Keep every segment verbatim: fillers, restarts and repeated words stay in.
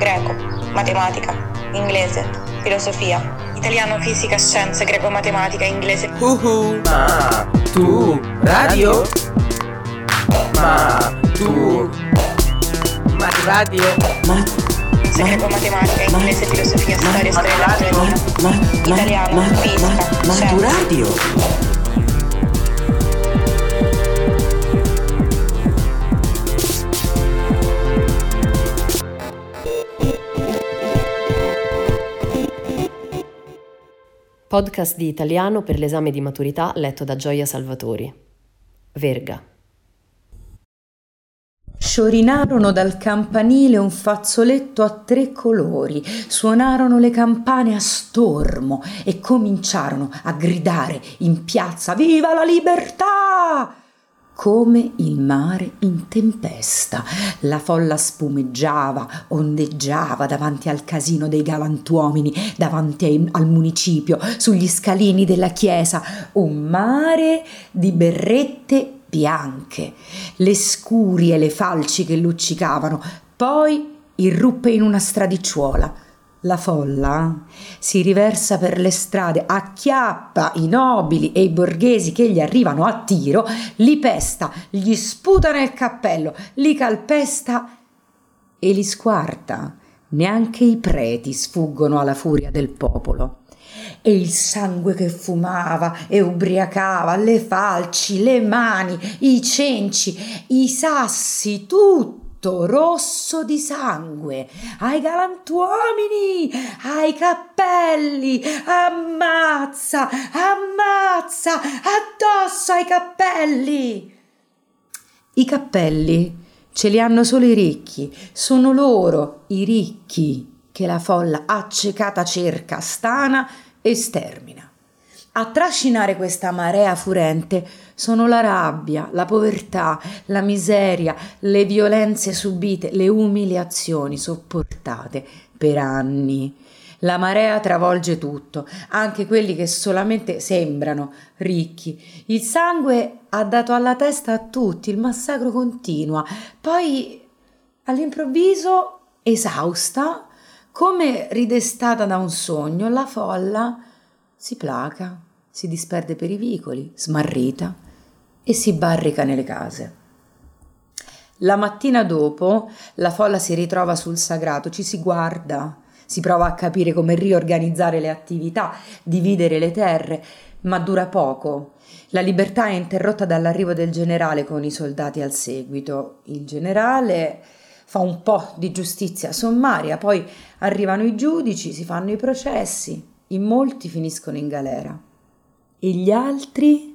greco, matematica, inglese, filosofia, italiano, fisica, scienze, greco, matematica, inglese. Uhu. Ma tu radio? Ma tu ma tu radio? Ma greco, matematica, inglese, filosofia, storia, storia, letteratura, ma ma italiano, ma fisica, ma ma tu scienze. radio? Podcast di italiano per l'esame di maturità letto da Gioia Salvatori. Verga. Sciorinarono dal campanile un fazzoletto a tre colori, suonarono le campane a stormo e cominciarono a gridare in piazza: «Viva la libertà!» Come il mare in tempesta, la folla spumeggiava, ondeggiava davanti al casino dei galantuomini, davanti ai, al municipio, sugli scalini della chiesa, un mare di berrette bianche, le scuri e le falci che luccicavano. Poi irruppe in una stradicciuola. La folla si riversa per le strade, acchiappa i nobili e i borghesi che gli arrivano a tiro, li pesta, gli sputa nel cappello, li calpesta e li squarta. Neanche i preti sfuggono alla furia del popolo. E il sangue che fumava e ubriacava, le falci, le mani, i cenci, i sassi, tutto rosso di sangue, ai galantuomini, ai cappelli, ammazza, ammazza, addosso ai cappelli. I cappelli ce li hanno solo i ricchi, sono loro, i ricchi, che la folla accecata cerca, stana e stermina. A trascinare questa marea furente sono la rabbia, la povertà, la miseria, le violenze subite, le umiliazioni sopportate per anni. La marea travolge tutto, anche quelli che solamente sembrano ricchi. Il sangue ha dato alla testa a tutti, il massacro continua. Poi, all'improvviso, esausta, come ridestata da un sogno, la folla si placa, si disperde per i vicoli, smarrita, e si barrica nelle case. La mattina dopo la folla si ritrova sul sagrato, ci si guarda, si prova a capire come riorganizzare le attività, dividere le terre, ma dura poco. La libertà è interrotta dall'arrivo del generale con i soldati al seguito. Il generale fa un po' di giustizia sommaria, poi arrivano i giudici, si fanno i processi, in molti finiscono in galera. E gli altri?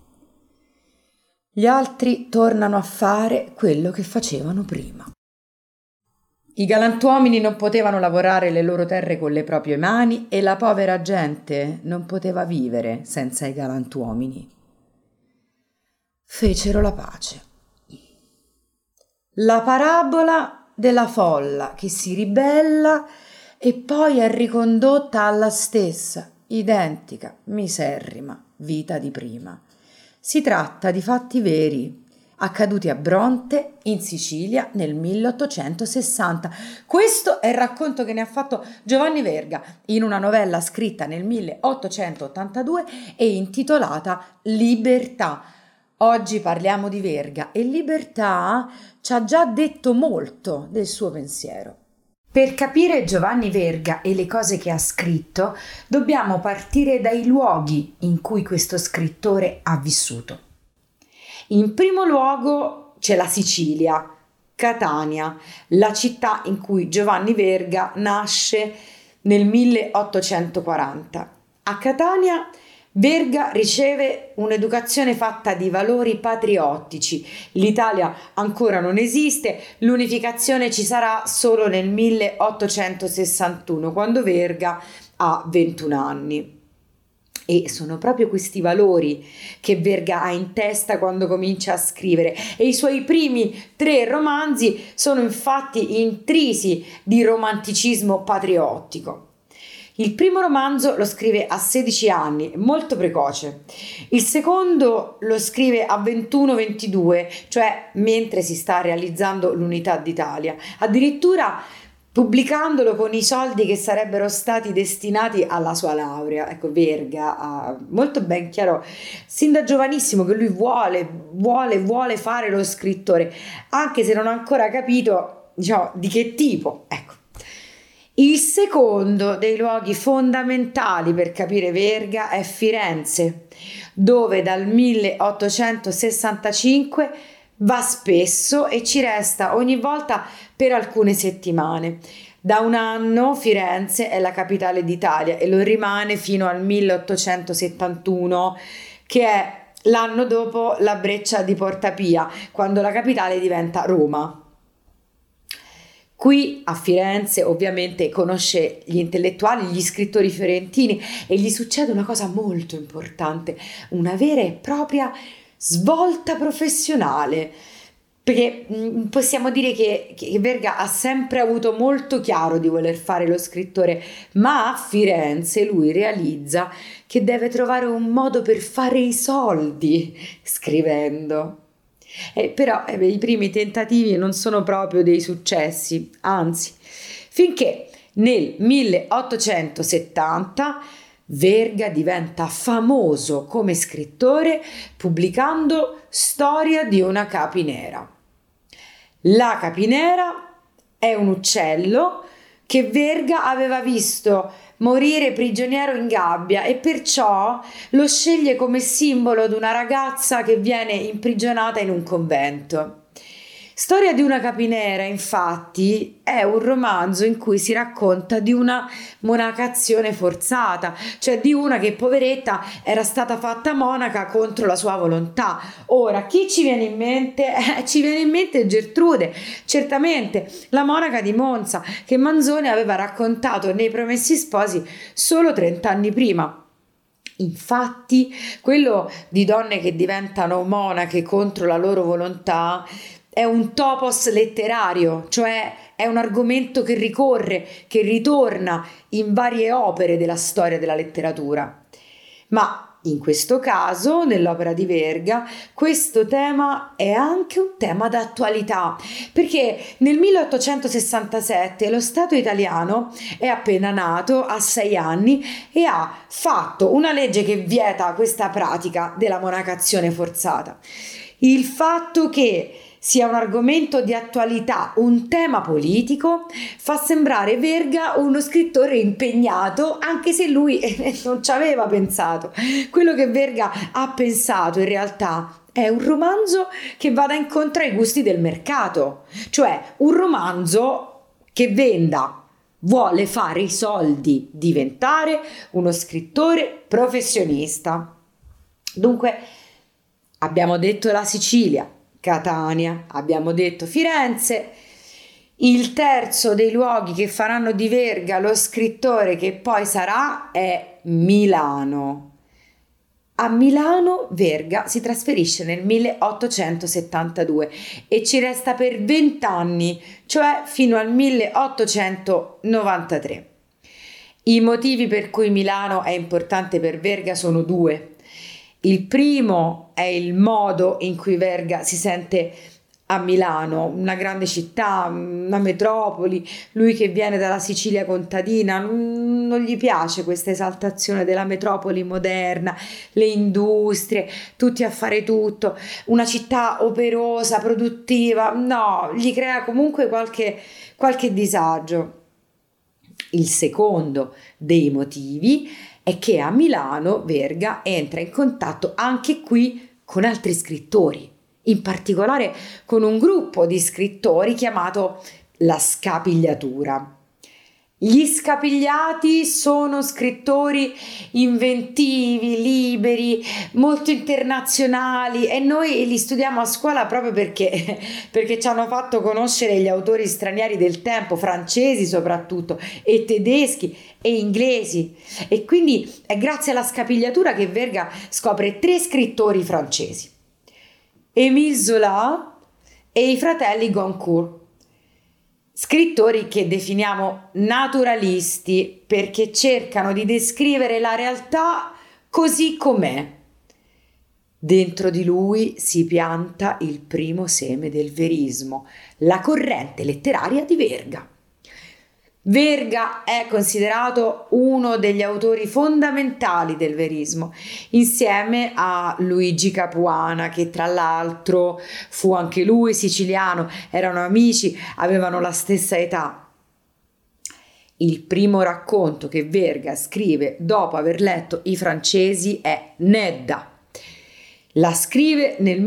Gli altri tornano a fare quello che facevano prima. I galantuomini non potevano lavorare le loro terre con le proprie mani e la povera gente non poteva vivere senza i galantuomini. Fecero la pace. La parabola della folla che si ribella e poi è ricondotta alla stessa, identica, miserrima vita di prima. Si tratta di fatti veri, accaduti a Bronte, in Sicilia, nel milleottocentosessanta. Questo è il racconto che ne ha fatto Giovanni Verga in una novella scritta nel milleottocentottantadue e intitolata Libertà. Oggi parliamo di Verga e Libertà ci ha già detto molto del suo pensiero. Per capire Giovanni Verga e le cose che ha scritto, dobbiamo partire dai luoghi in cui questo scrittore ha vissuto. In primo luogo c'è la Sicilia, Catania, la città in cui Giovanni Verga nasce nel milleottocentoquaranta. A Catania Verga riceve un'educazione fatta di valori patriottici. L'Italia ancora non esiste, l'unificazione ci sarà solo nel milleottocentosessantuno, quando Verga ha ventuno anni. E sono proprio questi valori che Verga ha in testa quando comincia a scrivere, e i suoi primi tre romanzi sono infatti intrisi di romanticismo patriottico. Il primo romanzo lo scrive a sedici anni, molto precoce. Il secondo lo scrive a ventuno ventidue, cioè mentre si sta realizzando l'unità d'Italia. Addirittura pubblicandolo con i soldi che sarebbero stati destinati alla sua laurea. Ecco, Verga ha molto ben chiaro sin da giovanissimo che lui vuole, vuole, vuole fare lo scrittore, anche se non ha ancora capito, diciamo, di che tipo. Ecco. Il secondo dei luoghi fondamentali per capire Verga è Firenze, dove dal milleottocentosessantacinque va spesso e ci resta ogni volta per alcune settimane. Da un anno Firenze è la capitale d'Italia e lo rimane fino al milleottocentosettantuno, che è l'anno dopo la breccia di Porta Pia, quando la capitale diventa Roma. Qui a Firenze ovviamente conosce gli intellettuali, gli scrittori fiorentini e gli succede una cosa molto importante, una vera e propria svolta professionale, perché mh, possiamo dire che, che Verga ha sempre avuto molto chiaro di voler fare lo scrittore, ma a Firenze lui realizza che deve trovare un modo per fare i soldi scrivendo. Eh, però eh, i primi tentativi non sono proprio dei successi, anzi, finché nel milleottocentosettanta Verga diventa famoso come scrittore pubblicando Storia di una capinera. La capinera è un uccello che Verga aveva visto morire prigioniero in gabbia e perciò lo sceglie come simbolo di una ragazza che viene imprigionata in un convento. Storia di una capinera, infatti, è un romanzo in cui si racconta di una monacazione forzata, cioè di una che, poveretta, era stata fatta monaca contro la sua volontà. Ora, chi ci viene in mente? Eh, ci viene in mente Gertrude, certamente, la monaca di Monza, che Manzoni aveva raccontato nei Promessi Sposi solo trent'anni prima. Infatti, quello di donne che diventano monache contro la loro volontà è un topos letterario, cioè è un argomento che ricorre, che ritorna in varie opere della storia della letteratura. Ma in questo caso, nell'opera di Verga, questo tema è anche un tema d'attualità, perché nel milleottocentosessantasette lo Stato italiano è appena nato, ha sei anni, e ha fatto una legge che vieta questa pratica della monacazione forzata. Il fatto che sia un argomento di attualità, un tema politico, fa sembrare Verga uno scrittore impegnato, anche se lui non ci aveva pensato. Quello che Verga ha pensato in realtà è un romanzo che vada incontro ai gusti del mercato, cioè un romanzo che venda, vuole fare i soldi, diventare uno scrittore professionista. Dunque, abbiamo detto la Sicilia, Catania, abbiamo detto Firenze. Il terzo dei luoghi che faranno di Verga lo scrittore che poi sarà è Milano. A Milano Verga si trasferisce nel milleottocentosettantadue e ci resta per vent'anni, cioè fino al milleottocentonovantatré. I motivi per cui Milano è importante per Verga sono due. Il primo è il modo in cui Verga si sente a Milano, una grande città, una metropoli. Lui che viene dalla Sicilia contadina, non gli piace questa esaltazione della metropoli moderna, le industrie, tutti a fare tutto, una città operosa, produttiva, no, gli crea comunque qualche, qualche disagio. Il secondo dei motivi è che a Milano Verga entra in contatto anche qui con altri scrittori, in particolare con un gruppo di scrittori chiamato la Scapigliatura. Gli Scapigliati sono scrittori inventivi, liberi, molto internazionali e noi li studiamo a scuola proprio perché, perché ci hanno fatto conoscere gli autori stranieri del tempo, francesi soprattutto, e tedeschi e inglesi. E quindi è grazie alla Scapigliatura che Verga scopre tre scrittori francesi: Émile Zola e i fratelli Goncourt. Scrittori che definiamo naturalisti perché cercano di descrivere la realtà così com'è. Dentro di lui si pianta il primo seme del verismo, la corrente letteraria di Verga. Verga è considerato uno degli autori fondamentali del verismo, insieme a Luigi Capuana, che tra l'altro fu anche lui siciliano, erano amici, avevano la stessa età. Il primo racconto che Verga scrive dopo aver letto I Francesi è Nedda. La scrive nel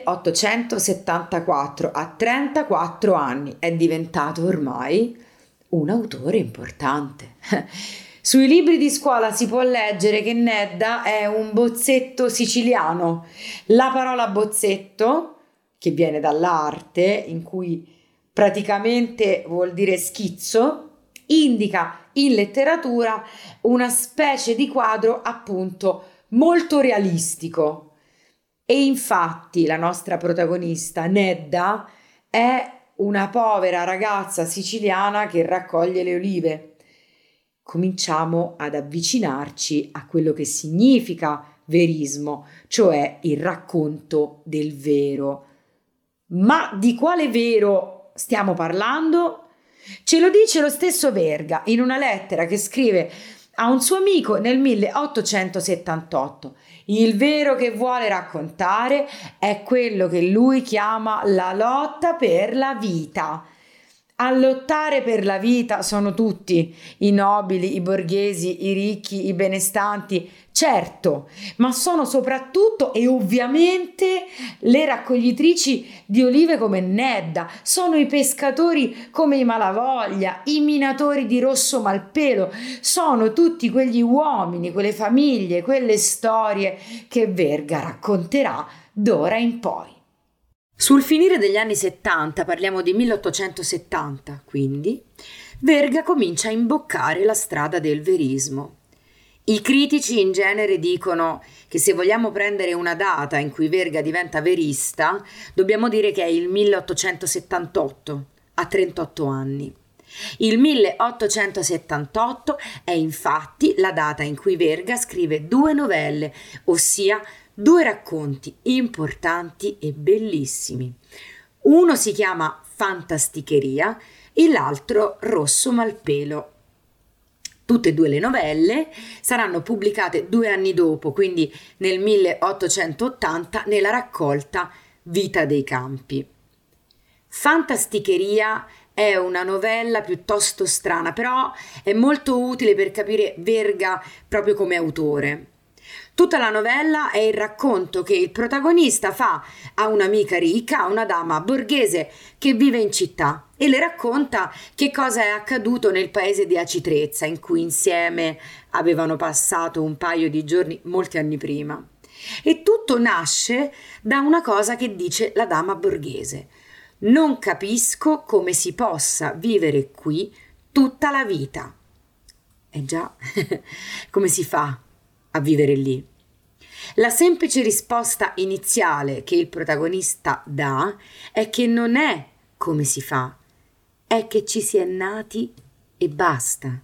milleottocentosettantaquattro, a trentaquattro anni, è diventato ormai un autore importante. Sui libri di scuola si può leggere che Nedda è un bozzetto siciliano. La parola bozzetto, che viene dall'arte, in cui praticamente vuol dire schizzo, indica in letteratura una specie di quadro appunto molto realistico. E infatti la nostra protagonista, Nedda, è una povera ragazza siciliana che raccoglie le olive. Cominciamo ad avvicinarci a quello che significa verismo, cioè il racconto del vero. Ma di quale vero stiamo parlando? Ce lo dice lo stesso Verga in una lettera che scrive a un suo amico nel milleottocentosettantotto. Il vero che vuole raccontare è quello che lui chiama la lotta per la vita. A lottare per la vita sono tutti, i nobili, i borghesi, i ricchi, i benestanti, certo, ma sono soprattutto e ovviamente le raccoglitrici di olive come Nedda, sono i pescatori come i Malavoglia, i minatori di Rosso Malpelo, sono tutti quegli uomini, quelle famiglie, quelle storie che Verga racconterà d'ora in poi. Sul finire degli anni settanta, parliamo di milleottocentosettanta, quindi, Verga comincia a imboccare la strada del verismo. I critici in genere dicono che se vogliamo prendere una data in cui Verga diventa verista, dobbiamo dire che è il milleottocentosettantotto, a trentotto anni. Il milleottocentosettantotto è infatti la data in cui Verga scrive due novelle, ossia due racconti importanti e bellissimi. Uno si chiama Fantasticheria e l'altro Rosso Malpelo. Tutte e due le novelle saranno pubblicate due anni dopo, quindi nel milleottocentottanta, nella raccolta Vita dei Campi. Fantasticheria è una novella piuttosto strana, però è molto utile per capire Verga proprio come autore. Tutta la novella è il racconto che il protagonista fa a un'amica ricca, a una dama borghese che vive in città, e le racconta che cosa è accaduto nel paese di Aci Trezza, in cui insieme avevano passato un paio di giorni molti anni prima. E tutto nasce da una cosa che dice la dama borghese: non capisco come si possa vivere qui tutta la vita. E già, come si fa a vivere lì? La semplice risposta iniziale che il protagonista dà è che non è come si fa, è che ci si è nati e basta.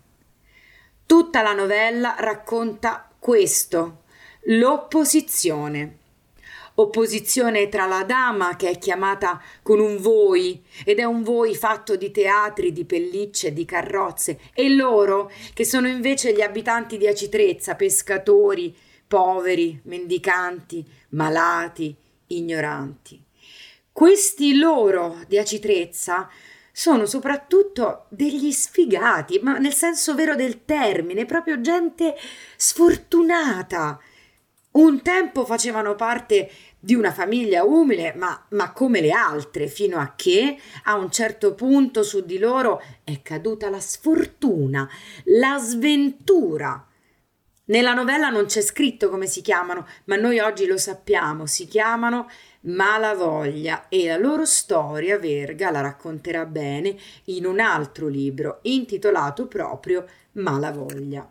Tutta la novella racconta questo, l'opposizione. Opposizione tra la dama, che è chiamata con un voi, ed è un voi fatto di teatri, di pellicce, di carrozze, e loro, che sono invece gli abitanti di Aci Trezza, pescatori, poveri, mendicanti, malati, ignoranti. Questi loro di Aci Trezza sono soprattutto degli sfigati, ma nel senso vero del termine, proprio gente sfortunata. Un tempo facevano parte di una famiglia umile, ma, ma come le altre, fino a che a un certo punto su di loro è caduta la sfortuna, la sventura. Nella novella non c'è scritto come si chiamano, ma noi oggi lo sappiamo, si chiamano Malavoglia, e la loro storia Verga la racconterà bene in un altro libro intitolato proprio Malavoglia.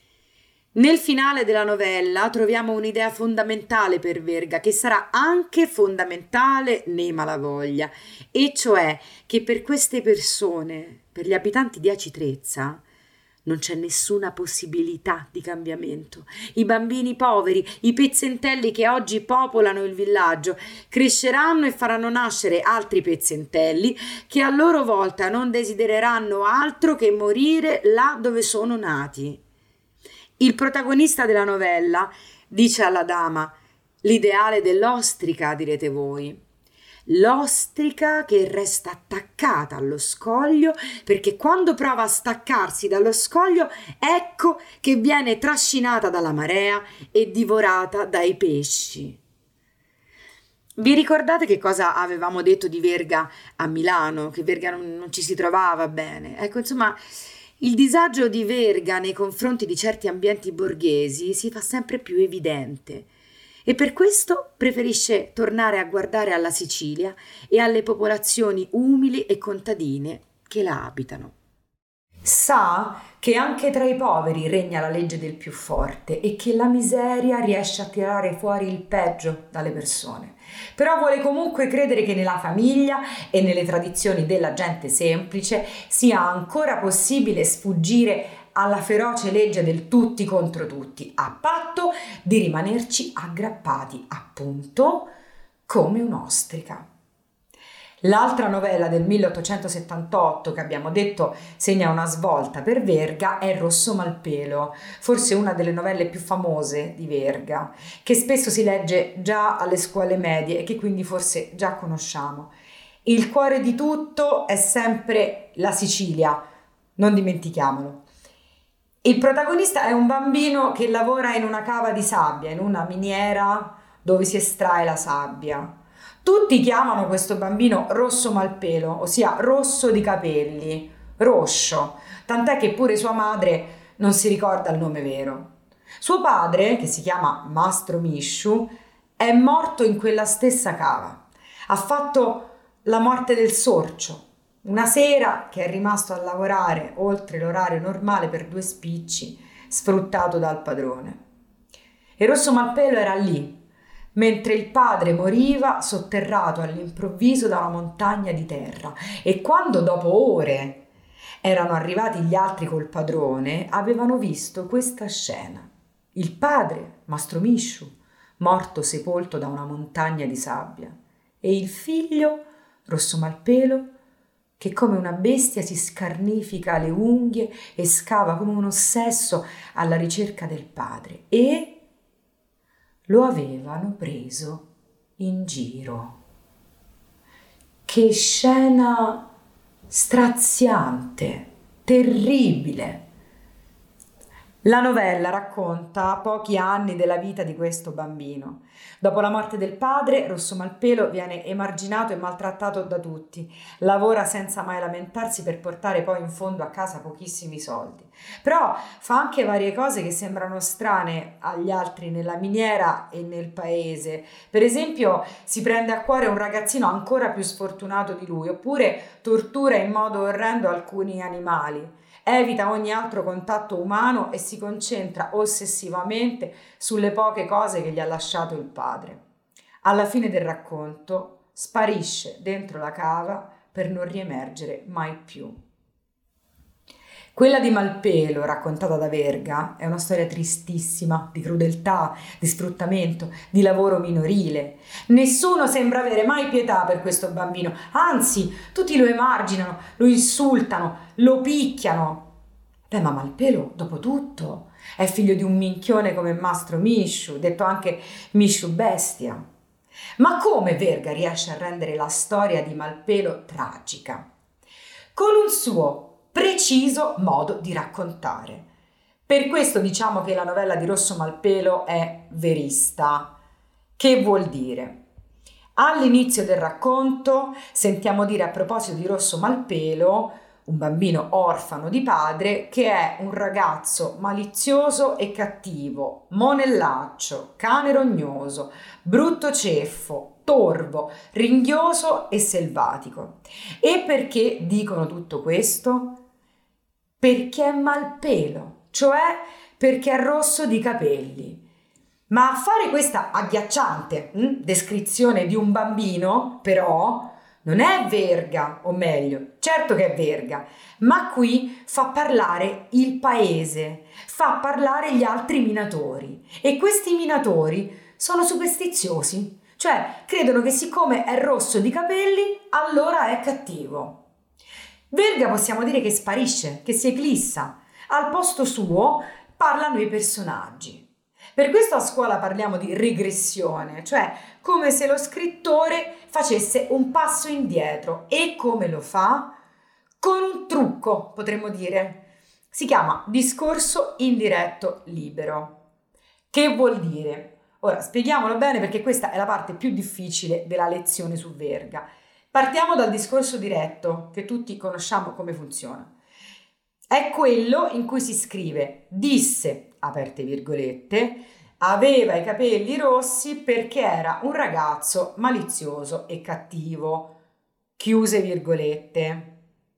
Nel finale della novella troviamo un'idea fondamentale per Verga, che sarà anche fondamentale nei Malavoglia, e cioè che per queste persone, per gli abitanti di Aci Trezza, Non c'è nessuna possibilità di cambiamento. I bambini poveri, i pezzentelli che oggi popolano il villaggio, cresceranno e faranno nascere altri pezzentelli che a loro volta non desidereranno altro che morire là dove sono nati. Il protagonista della novella dice alla dama: l'ideale dell'ostrica, direte voi. L'ostrica che resta attaccata allo scoglio, perché quando prova a staccarsi dallo scoglio, ecco che viene trascinata dalla marea e divorata dai pesci. Vi ricordate che cosa avevamo detto di Verga a Milano? Che Verga non, non ci si trovava bene. Ecco, insomma, il disagio di Verga nei confronti di certi ambienti borghesi si fa sempre più evidente. E per questo preferisce tornare a guardare alla Sicilia e alle popolazioni umili e contadine che la abitano. Sa che anche tra i poveri regna la legge del più forte e che la miseria riesce a tirare fuori il peggio dalle persone. Però vuole comunque credere che nella famiglia e nelle tradizioni della gente semplice sia ancora possibile sfuggire alla feroce legge del tutti contro tutti, a patto di rimanerci aggrappati, appunto, come un'ostrica. L'altra novella del milleottocentosettantotto che abbiamo detto segna una svolta per Verga è Rosso Malpelo, forse una delle novelle più famose di Verga, che spesso si legge già alle scuole medie e che quindi forse già conosciamo. Il cuore di tutto è sempre la Sicilia, non dimentichiamolo. Il protagonista è un bambino che lavora in una cava di sabbia, in una miniera dove si estrae la sabbia. Tutti chiamano questo bambino Rosso Malpelo, ossia rosso di capelli, Roscio, tant'è che pure sua madre non si ricorda il nome vero. Suo padre, che si chiama Mastro Misciu, è morto in quella stessa cava. Ha fatto la morte del sorcio. Una sera che è rimasto a lavorare oltre l'orario normale per due spicci, sfruttato dal padrone. E Rosso Malpelo era lì, mentre il padre moriva sotterrato all'improvviso da una montagna di terra, e quando dopo ore erano arrivati gli altri col padrone, avevano visto questa scena. Il padre, Mastro Misciu, morto sepolto da una montagna di sabbia, e il figlio, Rosso Malpelo, che come una bestia si scarnifica le unghie e scava come un ossesso alla ricerca del padre, e lo avevano preso in giro. Che scena straziante, terribile. La novella racconta pochi anni della vita di questo bambino. Dopo la morte del padre, Rosso Malpelo viene emarginato e maltrattato da tutti. Lavora senza mai lamentarsi per portare poi in fondo a casa pochissimi soldi. Però fa anche varie cose che sembrano strane agli altri nella miniera e nel paese. Per esempio, si prende a cuore un ragazzino ancora più sfortunato di lui, oppure tortura in modo orrendo alcuni animali. Evita ogni altro contatto umano e si concentra ossessivamente sulle poche cose che gli ha lasciato il padre. Alla fine del racconto sparisce dentro la cava per non riemergere mai più. Quella di Malpelo, raccontata da Verga, è una storia tristissima, di crudeltà, di sfruttamento, di lavoro minorile. Nessuno sembra avere mai pietà per questo bambino, anzi, tutti lo emarginano, lo insultano, lo picchiano. Beh, ma Malpelo, dopo tutto, è figlio di un minchione come Mastro Misciu, detto anche Misciu Bestia. Ma come Verga riesce a rendere la storia di Malpelo tragica? Con un suo preciso modo di raccontare. Per questo diciamo che la novella di Rosso Malpelo è verista. Che vuol dire? All'inizio del racconto sentiamo dire a proposito di Rosso Malpelo, un bambino orfano di padre, che è un ragazzo malizioso e cattivo, monellaccio, cane rognoso, brutto ceffo, torvo, ringhioso e selvatico. E perché dicono tutto questo? Perché è Malpelo, cioè perché è rosso di capelli. Ma a fare questa agghiacciante hm, descrizione di un bambino, però, non è Verga, o meglio, certo che è Verga, ma qui fa parlare il paese, fa parlare gli altri minatori e questi minatori sono superstiziosi, cioè credono che siccome è rosso di capelli allora è cattivo. Verga possiamo dire che sparisce, che si eclissa, al posto suo parlano i personaggi. Per questo a scuola parliamo di regressione, cioè come se lo scrittore facesse un passo indietro. E come lo fa? Con un trucco, potremmo dire. Si chiama discorso indiretto libero. Che vuol dire? Ora, spieghiamolo bene perché questa è la parte più difficile della lezione su Verga. Partiamo dal discorso diretto, che tutti conosciamo come funziona. È quello in cui si scrive disse, aperte virgolette, aveva i capelli rossi perché era un ragazzo malizioso e cattivo, chiuse virgolette.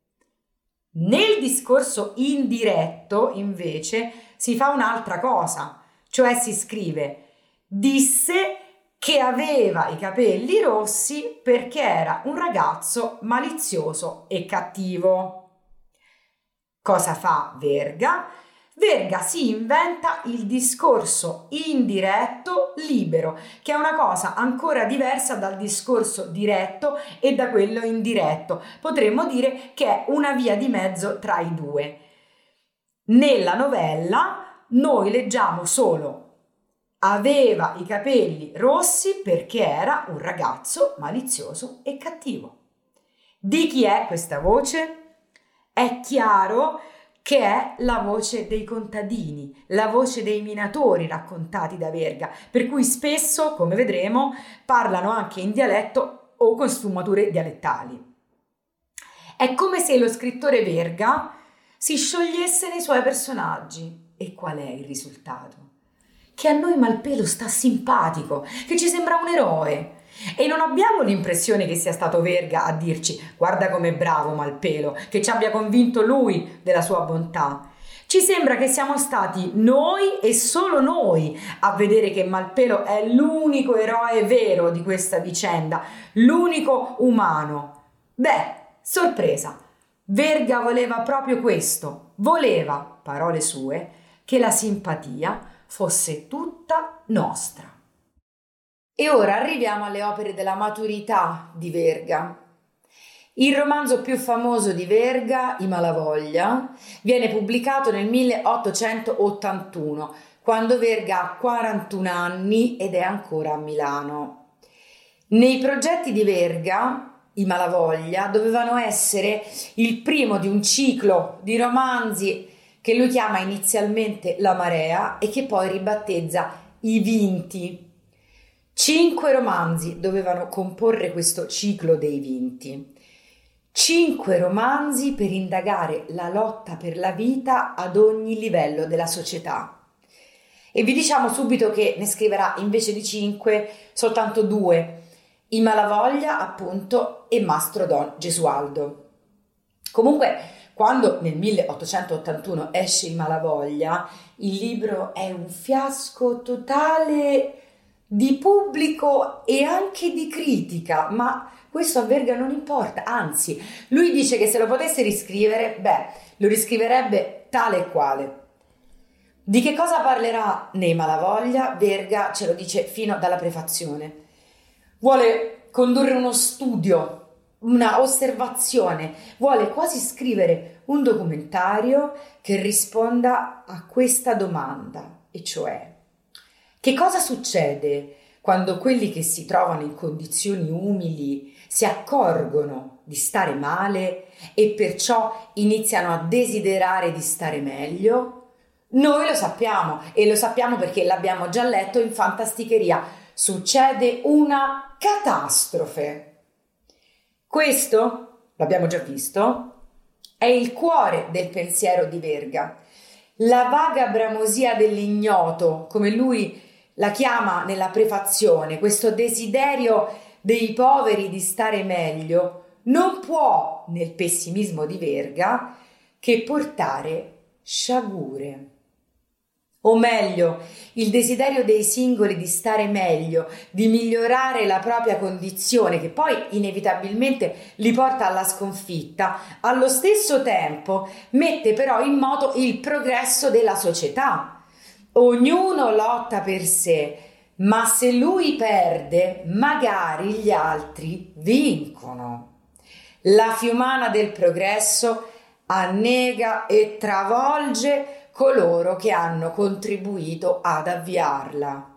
Nel discorso indiretto, invece, si fa un'altra cosa, cioè si scrive disse che aveva i capelli rossi perché era un ragazzo malizioso e cattivo. Cosa fa Verga? Verga si inventa il discorso indiretto libero, che è una cosa ancora diversa dal discorso diretto e da quello indiretto. Potremmo dire che è una via di mezzo tra i due. Nella novella noi leggiamo solo aveva i capelli rossi perché era un ragazzo malizioso e cattivo. Di chi è questa voce? È chiaro che è la voce dei contadini, la voce dei minatori raccontati da Verga, per cui spesso, come vedremo, parlano anche in dialetto o con sfumature dialettali. È come se lo scrittore Verga si sciogliesse nei suoi personaggi. E qual è il risultato? Che a noi Malpelo sta simpatico, che ci sembra un eroe. E non abbiamo l'impressione che sia stato Verga a dirci guarda com'è bravo Malpelo, che ci abbia convinto lui della sua bontà. Ci sembra che siamo stati noi e solo noi a vedere che Malpelo è l'unico eroe vero di questa vicenda, l'unico umano. Beh, sorpresa, Verga voleva proprio questo, voleva, parole sue, che la simpatia fosse tutta nostra. E ora arriviamo alle opere della maturità di Verga. Il romanzo più famoso di Verga, I Malavoglia, viene pubblicato nel milleottocentottantuno, quando Verga ha quarantuno anni ed è ancora a Milano. Nei progetti di Verga, I Malavoglia dovevano essere il primo di un ciclo di romanzi che lui chiama inizialmente La Marea e che poi ribattezza I Vinti. Cinque romanzi dovevano comporre questo ciclo dei vinti. Cinque romanzi per indagare la lotta per la vita ad ogni livello della società. E vi diciamo subito che ne scriverà invece di cinque soltanto due, I Malavoglia appunto e Mastro Don Gesualdo. Comunque, quando nel milleottocentottantuno esce I Malavoglia, il libro è un fiasco totale di pubblico e anche di critica, ma questo a Verga non importa, anzi, lui dice che se lo potesse riscrivere, beh, lo riscriverebbe tale e quale. Di che cosa parlerà nei Malavoglia? Verga ce lo dice fino dalla prefazione. Vuole condurre uno studio, una osservazione, vuole quasi scrivere un documentario che risponda a questa domanda, e cioè: che cosa succede quando quelli che si trovano in condizioni umili si accorgono di stare male e perciò iniziano a desiderare di stare meglio? Noi lo sappiamo e lo sappiamo perché l'abbiamo già letto in Fantasticheria. Succede una catastrofe. Questo, l'abbiamo già visto, è il cuore del pensiero di Verga. La vaga bramosia dell'ignoto, come lui la chiama nella prefazione, questo desiderio dei poveri di stare meglio, non può, nel pessimismo di Verga, che portare sciagure. O meglio, il desiderio dei singoli di stare meglio, di migliorare la propria condizione, che poi inevitabilmente li porta alla sconfitta, allo stesso tempo mette però in moto il progresso della società. Ognuno lotta per sé, ma se lui perde, magari gli altri vincono. La fiumana del progresso annega e travolge coloro che hanno contribuito ad avviarla.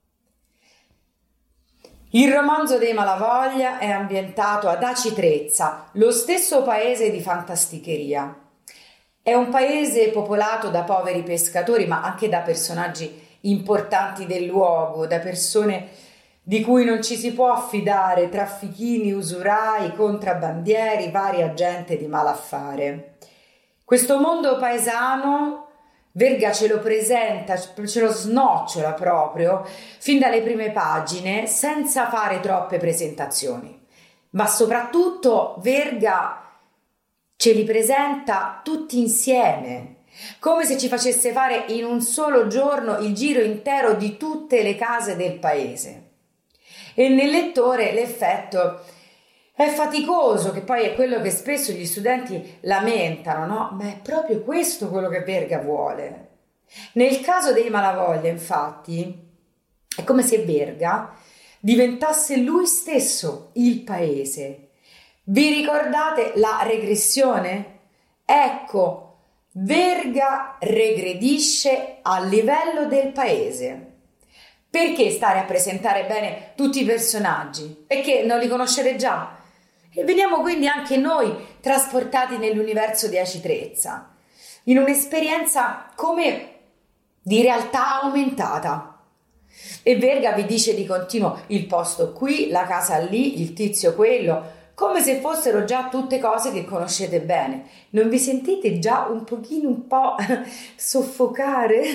Il romanzo dei Malavoglia è ambientato ad Aci Trezza, lo stesso paese di fantasticheria. È un paese popolato da poveri pescatori, ma anche da personaggi importanti del luogo, da persone di cui non ci si può affidare, traffichini, usurai, contrabbandieri, vari agenti di malaffare. Questo mondo paesano Verga ce lo presenta, ce lo snocciola proprio fin dalle prime pagine senza fare troppe presentazioni, ma soprattutto Verga ce li presenta tutti insieme, come se ci facesse fare in un solo giorno il giro intero di tutte le case del paese. E nel lettore l'effetto è faticoso, che poi è quello che spesso gli studenti lamentano, no? Ma è proprio questo quello che Verga vuole. Nel caso dei Malavoglia, infatti, è come se Verga diventasse lui stesso il paese. Vi ricordate la regressione? Ecco, Verga regredisce a livello del paese. Perché stare a presentare bene tutti i personaggi? E che non li conoscete già? E veniamo quindi anche noi trasportati nell'universo di Aci Trezza, in un'esperienza come di realtà aumentata. E Verga vi dice di continuo il posto qui, la casa lì, il tizio quello, come se fossero già tutte cose che conoscete bene. Non vi sentite già un pochino, un po' soffocare?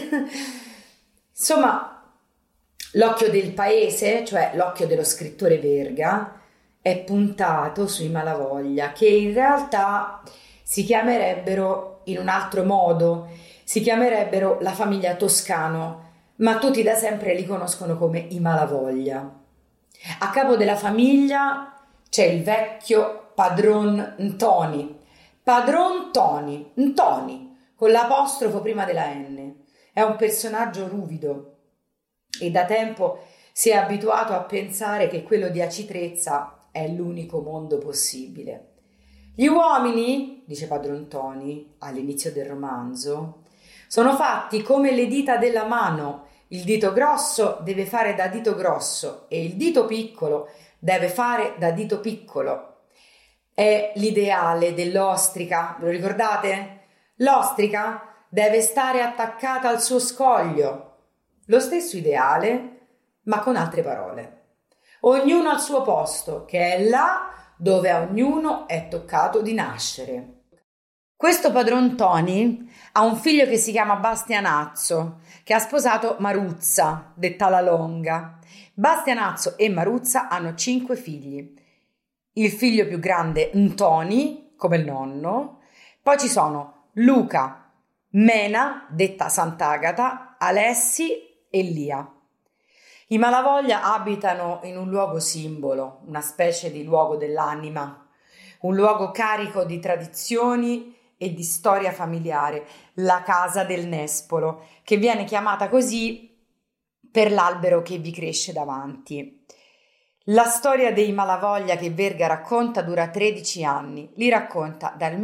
Insomma, l'occhio del paese, cioè l'occhio dello scrittore Verga, è puntato sui Malavoglia, che in realtà si chiamerebbero in un altro modo, si chiamerebbero la famiglia Toscano, ma tutti da sempre li conoscono come i Malavoglia. A capo della famiglia c'è il vecchio padron Ntoni, padron Toni, Ntoni, con l'apostrofo prima della N. È un personaggio ruvido e da tempo si è abituato a pensare che quello di Aci Trezza è l'unico mondo possibile. Gli uomini, dice padron Toni all'inizio del romanzo, sono fatti come le dita della mano. Il dito grosso deve fare da dito grosso e il dito piccolo deve fare da dito piccolo. È l'ideale dell'ostrica, ve lo ricordate? L'ostrica deve stare attaccata al suo scoglio. Lo stesso ideale, ma con altre parole. Ognuno al suo posto, che è là dove a ognuno è toccato di nascere. Questo padron Toni ha un figlio che si chiama Bastianazzo, che ha sposato Maruzza, detta la Longa. Bastianazzo e Maruzza hanno cinque figli. Il figlio più grande, Ntoni, come il nonno. Poi ci sono Luca, Mena, detta Sant'Agata, Alessi e Lia. I Malavoglia abitano in un luogo simbolo, una specie di luogo dell'anima, un luogo carico di tradizioni e di storia familiare, la casa del Nespolo, che viene chiamata così per l'albero che vi cresce davanti. La storia dei Malavoglia che Verga racconta dura tredici anni, li racconta dal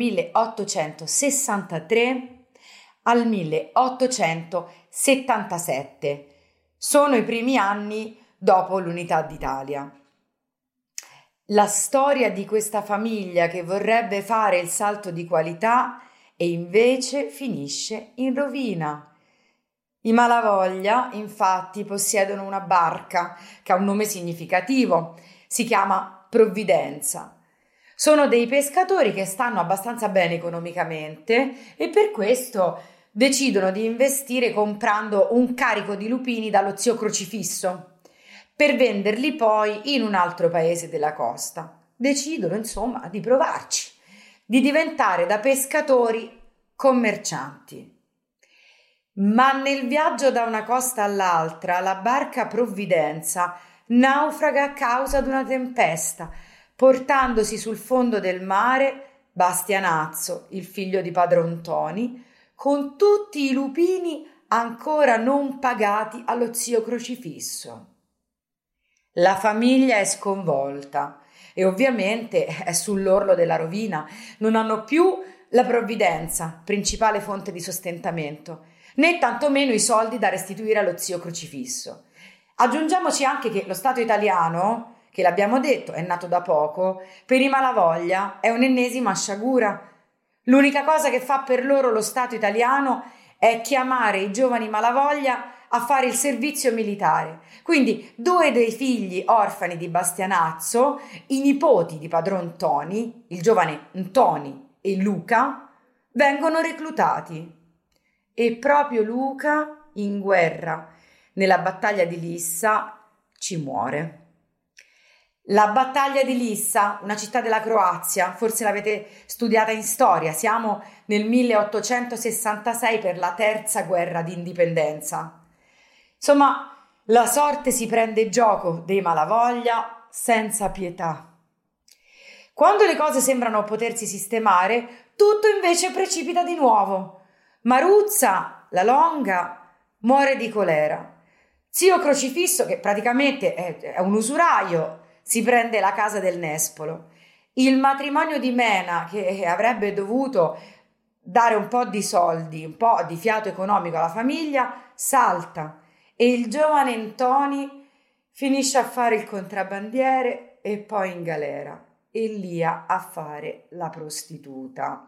milleottocentosessantatré al milleottocentosettantasette. Sono i primi anni dopo l'Unità d'Italia. La storia di questa famiglia che vorrebbe fare il salto di qualità e invece finisce in rovina. I Malavoglia, infatti, possiedono una barca che ha un nome significativo, si chiama Provvidenza. Sono dei pescatori che stanno abbastanza bene economicamente e per questo decidono di investire comprando un carico di lupini dallo zio Crocifisso per venderli poi in un altro paese della costa. Decidono, insomma, di provarci, di diventare da pescatori commercianti. Ma nel viaggio da una costa all'altra la barca Provvidenza naufraga a causa di una tempesta, portandosi sul fondo del mare Bastianazzo, il figlio di padron Ntoni, con tutti i lupini ancora non pagati allo zio Crocifisso. La famiglia è sconvolta e ovviamente è sull'orlo della rovina. Non hanno più la provvidenza, principale fonte di sostentamento, né tantomeno i soldi da restituire allo zio Crocifisso. Aggiungiamoci anche che lo Stato italiano, che l'abbiamo detto, è nato da poco, per i Malavoglia è un'ennesima sciagura. L'unica cosa che fa per loro lo Stato italiano è chiamare i giovani Malavoglia a fare il servizio militare. Quindi due dei figli orfani di Bastianazzo, i nipoti di padron Ntoni, il giovane Ntoni e Luca, vengono reclutati. E proprio Luca, in guerra, nella battaglia di Lissa, ci muore. La battaglia di Lissa, una città della Croazia, forse l'avete studiata in storia, siamo nel milleottocentosessantasei per la terza guerra di indipendenza. Insomma, la sorte si prende gioco dei Malavoglia senza pietà. Quando le cose sembrano potersi sistemare, tutto invece precipita di nuovo. Maruzza, la Longa, muore di colera. Zio Crocifisso, che praticamente è, è un usuraio, si prende la casa del Nespolo. Il matrimonio di Mena, che avrebbe dovuto dare un po' di soldi, un po' di fiato economico alla famiglia, salta e il giovane Ntoni finisce a fare il contrabbandiere e poi in galera e Lia a fare la prostituta.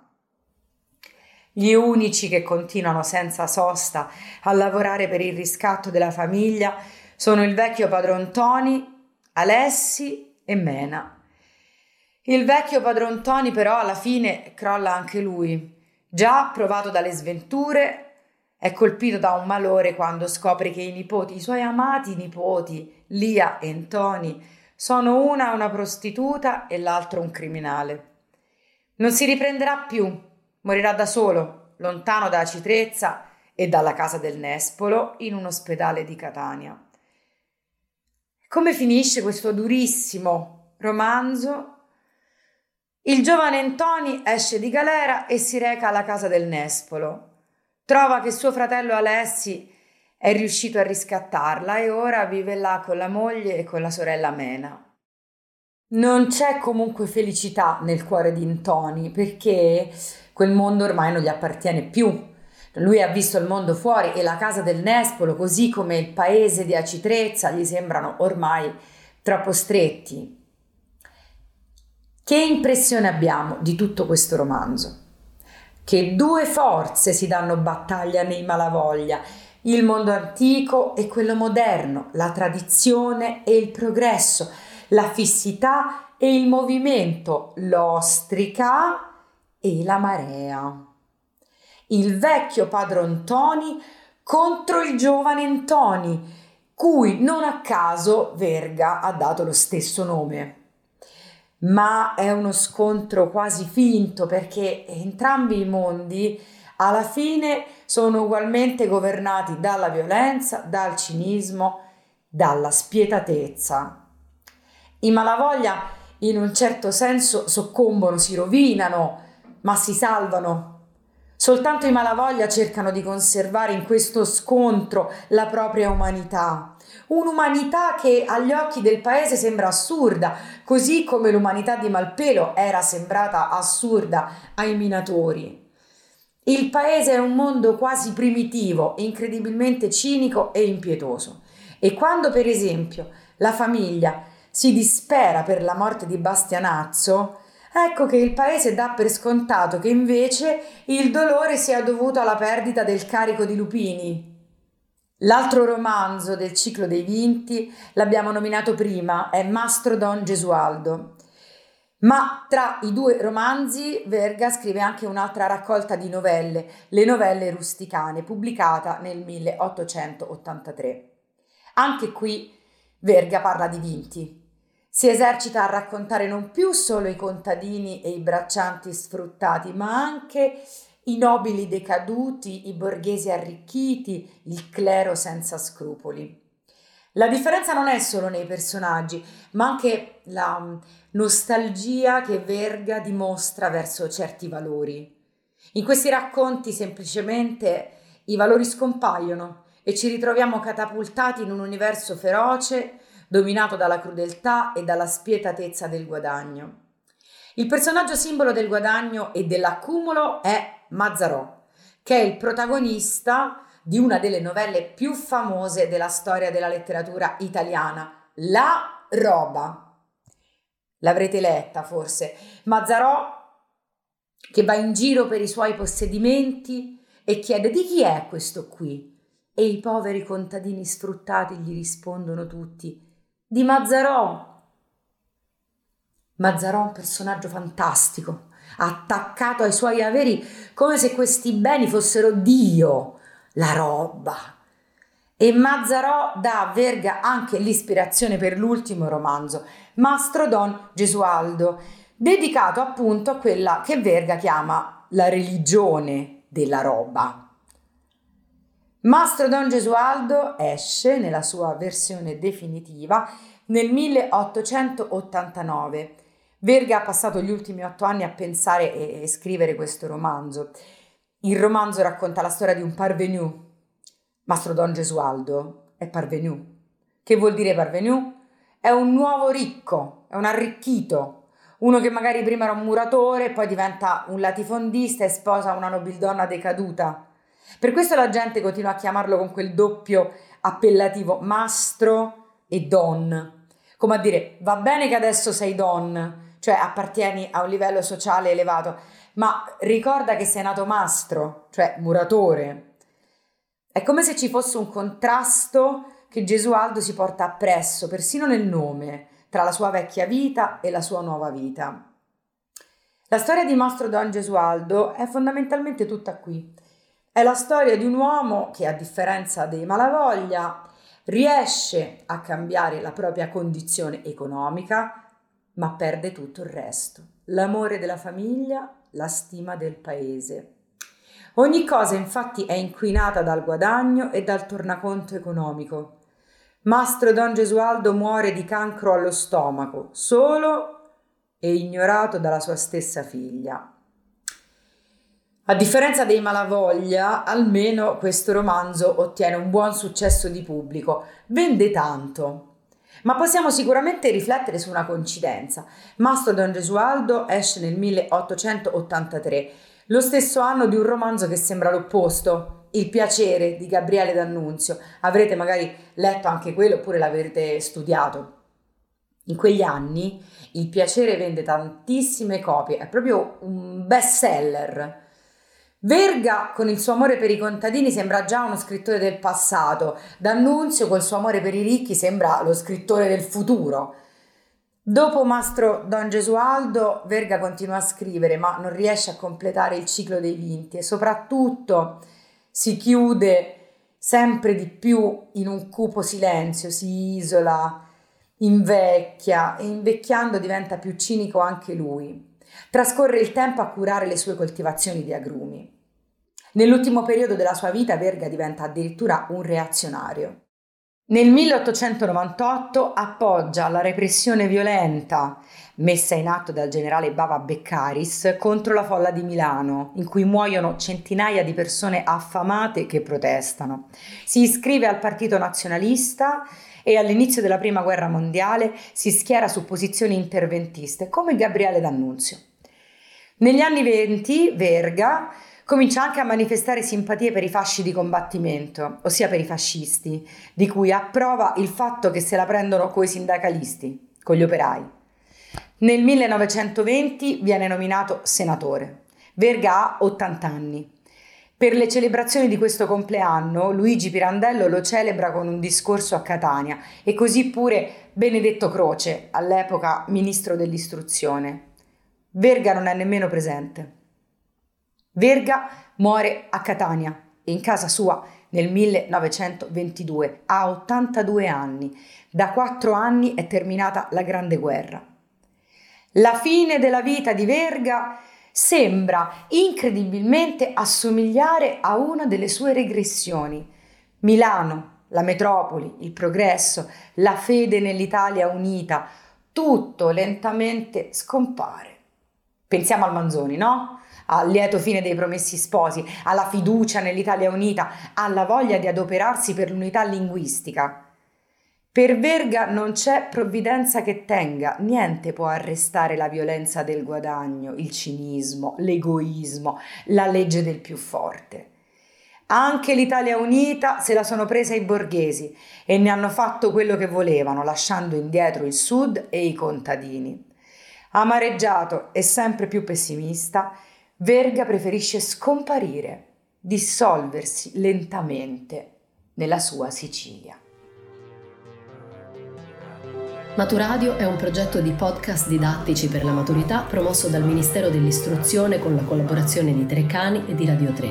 Gli unici che continuano senza sosta a lavorare per il riscatto della famiglia sono il vecchio padron Ntoni, Alessi e Mena. Il vecchio padron Ntoni però alla fine crolla anche lui. Già provato dalle sventure, è colpito da un malore quando scopre che i nipoti, i suoi amati nipoti, Lia e Ntoni, sono una una prostituta e l'altro un criminale. Non si riprenderà più, morirà da solo, lontano da Citrezza e dalla casa del Nespolo, in un ospedale di Catania. Come finisce questo durissimo romanzo? Il giovane Ntoni esce di galera e si reca alla casa del Nespolo. Trova che suo fratello Alessi è riuscito a riscattarla e ora vive là con la moglie e con la sorella Mena. Non c'è comunque felicità nel cuore di Ntoni perché quel mondo ormai non gli appartiene più. Lui ha visto il mondo fuori e la casa del Nespolo, così come il paese di Acitrezza, gli sembrano ormai troppo stretti. Che impressione abbiamo di tutto questo romanzo? Che due forze si danno battaglia nei Malavoglia, il mondo antico e quello moderno, la tradizione e il progresso, la fissità e il movimento, l'ostrica e la marea. Il vecchio padron Ntoni contro il giovane Ntoni, cui non a caso Verga ha dato lo stesso nome. Ma è uno scontro quasi finto perché entrambi i mondi alla fine sono ugualmente governati dalla violenza, dal cinismo, dalla spietatezza. I Malavoglia in un certo senso soccombono, si rovinano, ma si salvano. Soltanto i Malavoglia cercano di conservare in questo scontro la propria umanità. Un'umanità che agli occhi del paese sembra assurda, così come l'umanità di Malpelo era sembrata assurda ai minatori. Il paese è un mondo quasi primitivo, incredibilmente cinico e impietoso. E quando, per esempio, la famiglia si dispera per la morte di Bastianazzo, ecco che il paese dà per scontato che invece il dolore sia dovuto alla perdita del carico di lupini. L'altro romanzo del ciclo dei Vinti, l'abbiamo nominato prima, è Mastro Don Gesualdo. Ma tra i due romanzi Verga scrive anche un'altra raccolta di novelle, Le novelle rusticane, pubblicata nel milleottocentottantatré. Anche qui Verga parla di Vinti. Si esercita a raccontare non più solo i contadini e i braccianti sfruttati, ma anche i nobili decaduti, i borghesi arricchiti, il clero senza scrupoli. La differenza non è solo nei personaggi, ma anche la nostalgia che Verga dimostra verso certi valori. In questi racconti semplicemente i valori scompaiono e ci ritroviamo catapultati in un universo feroce, dominato dalla crudeltà e dalla spietatezza del guadagno. Il personaggio simbolo del guadagno e dell'accumulo è Mazzarò, che è il protagonista di una delle novelle più famose della storia della letteratura italiana, La Roba. L'avrete letta forse. Mazzarò che va in giro per i suoi possedimenti e chiede: di chi è questo qui? E i poveri contadini sfruttati gli rispondono tutti: di Mazzarò. Mazzarò è un personaggio fantastico, attaccato ai suoi averi come se questi beni fossero Dio, la roba. E Mazzarò dà a Verga anche l'ispirazione per l'ultimo romanzo, Mastro Don Gesualdo, dedicato appunto a quella che Verga chiama la religione della roba. Mastro Don Gesualdo esce nella sua versione definitiva nel milleottocentottantanove. Verga ha passato gli ultimi otto anni a pensare e scrivere questo romanzo. Il romanzo racconta la storia di un parvenu. Mastro Don Gesualdo è parvenu. Che vuol dire parvenu? È un nuovo ricco, è un arricchito, uno che magari prima era un muratore, poi diventa un latifondista e sposa una nobildonna decaduta. Per questo la gente continua a chiamarlo con quel doppio appellativo mastro e don, come a dire: va bene che adesso sei don, cioè appartieni a un livello sociale elevato, ma ricorda che sei nato mastro, cioè muratore. È come se ci fosse un contrasto che Gesualdo si porta appresso, persino nel nome, tra la sua vecchia vita e la sua nuova vita. La storia di Mastro Don Gesualdo è fondamentalmente tutta qui. È la storia di un uomo che, a differenza dei Malavoglia, riesce a cambiare la propria condizione economica, ma perde tutto il resto: l'amore della famiglia, la stima del paese. Ogni cosa infatti è inquinata dal guadagno e dal tornaconto economico. Mastro Don Gesualdo muore di cancro allo stomaco, solo e ignorato dalla sua stessa figlia. A differenza dei Malavoglia, almeno questo romanzo ottiene un buon successo di pubblico, vende tanto. Ma possiamo sicuramente riflettere su una coincidenza. Mastro Don Gesualdo esce nel milleottocentottantatré, lo stesso anno di un romanzo che sembra l'opposto, Il piacere di Gabriele D'Annunzio. Avrete magari letto anche quello oppure l'avrete studiato. In quegli anni Il piacere vende tantissime copie, è proprio un best seller. Verga con il suo amore per i contadini sembra già uno scrittore del passato, D'Annunzio col suo amore per i ricchi sembra lo scrittore del futuro. Dopo Mastro Don Gesualdo, Verga continua a scrivere, ma non riesce a completare il ciclo dei vinti e soprattutto si chiude sempre di più in un cupo silenzio, si isola, invecchia e invecchiando diventa più cinico anche lui. Trascorre il tempo a curare le sue coltivazioni di agrumi. Nell'ultimo periodo della sua vita Verga diventa addirittura un reazionario. Nel milleottocentonovantotto appoggia la repressione violenta messa in atto dal generale Bava Beccaris contro la folla di Milano, in cui muoiono centinaia di persone affamate che protestano. Si iscrive al Partito Nazionalista e all'inizio della Prima Guerra Mondiale si schiera su posizioni interventiste, come Gabriele D'Annunzio. Negli anni venti, Verga comincia anche a manifestare simpatie per i fasci di combattimento, ossia per i fascisti, di cui approva il fatto che se la prendono coi sindacalisti, con gli operai. Nel millenovecentoventi viene nominato senatore. Verga ha ottanta anni. Per le celebrazioni di questo compleanno, Luigi Pirandello lo celebra con un discorso a Catania e così pure Benedetto Croce, all'epoca ministro dell'istruzione. Verga non è nemmeno presente. Verga muore a Catania, in casa sua, nel millenovecentoventidue, a ottantadue anni. Da quattro anni è terminata la Grande Guerra. La fine della vita di Verga sembra incredibilmente assomigliare a una delle sue regressioni. Milano, la metropoli, il progresso, la fede nell'Italia unita, tutto lentamente scompare. Pensiamo al Manzoni, no? Al lieto fine dei Promessi Sposi, alla fiducia nell'Italia unita, alla voglia di adoperarsi per l'unità linguistica. Per Verga non c'è provvidenza che tenga, niente può arrestare la violenza del guadagno, il cinismo, l'egoismo, la legge del più forte. Anche l'Italia unita se la sono presa i borghesi e ne hanno fatto quello che volevano, lasciando indietro il sud e i contadini. Amareggiato e sempre più pessimista, Verga preferisce scomparire, dissolversi lentamente nella sua Sicilia. Maturadio è un progetto di podcast didattici per la maturità promosso dal Ministero dell'Istruzione con la collaborazione di Treccani e di Radio tre.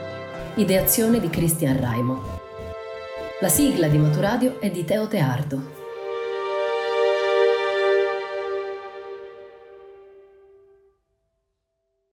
Ideazione di Cristian Raimo. La sigla di Maturadio è di Teo Teardo.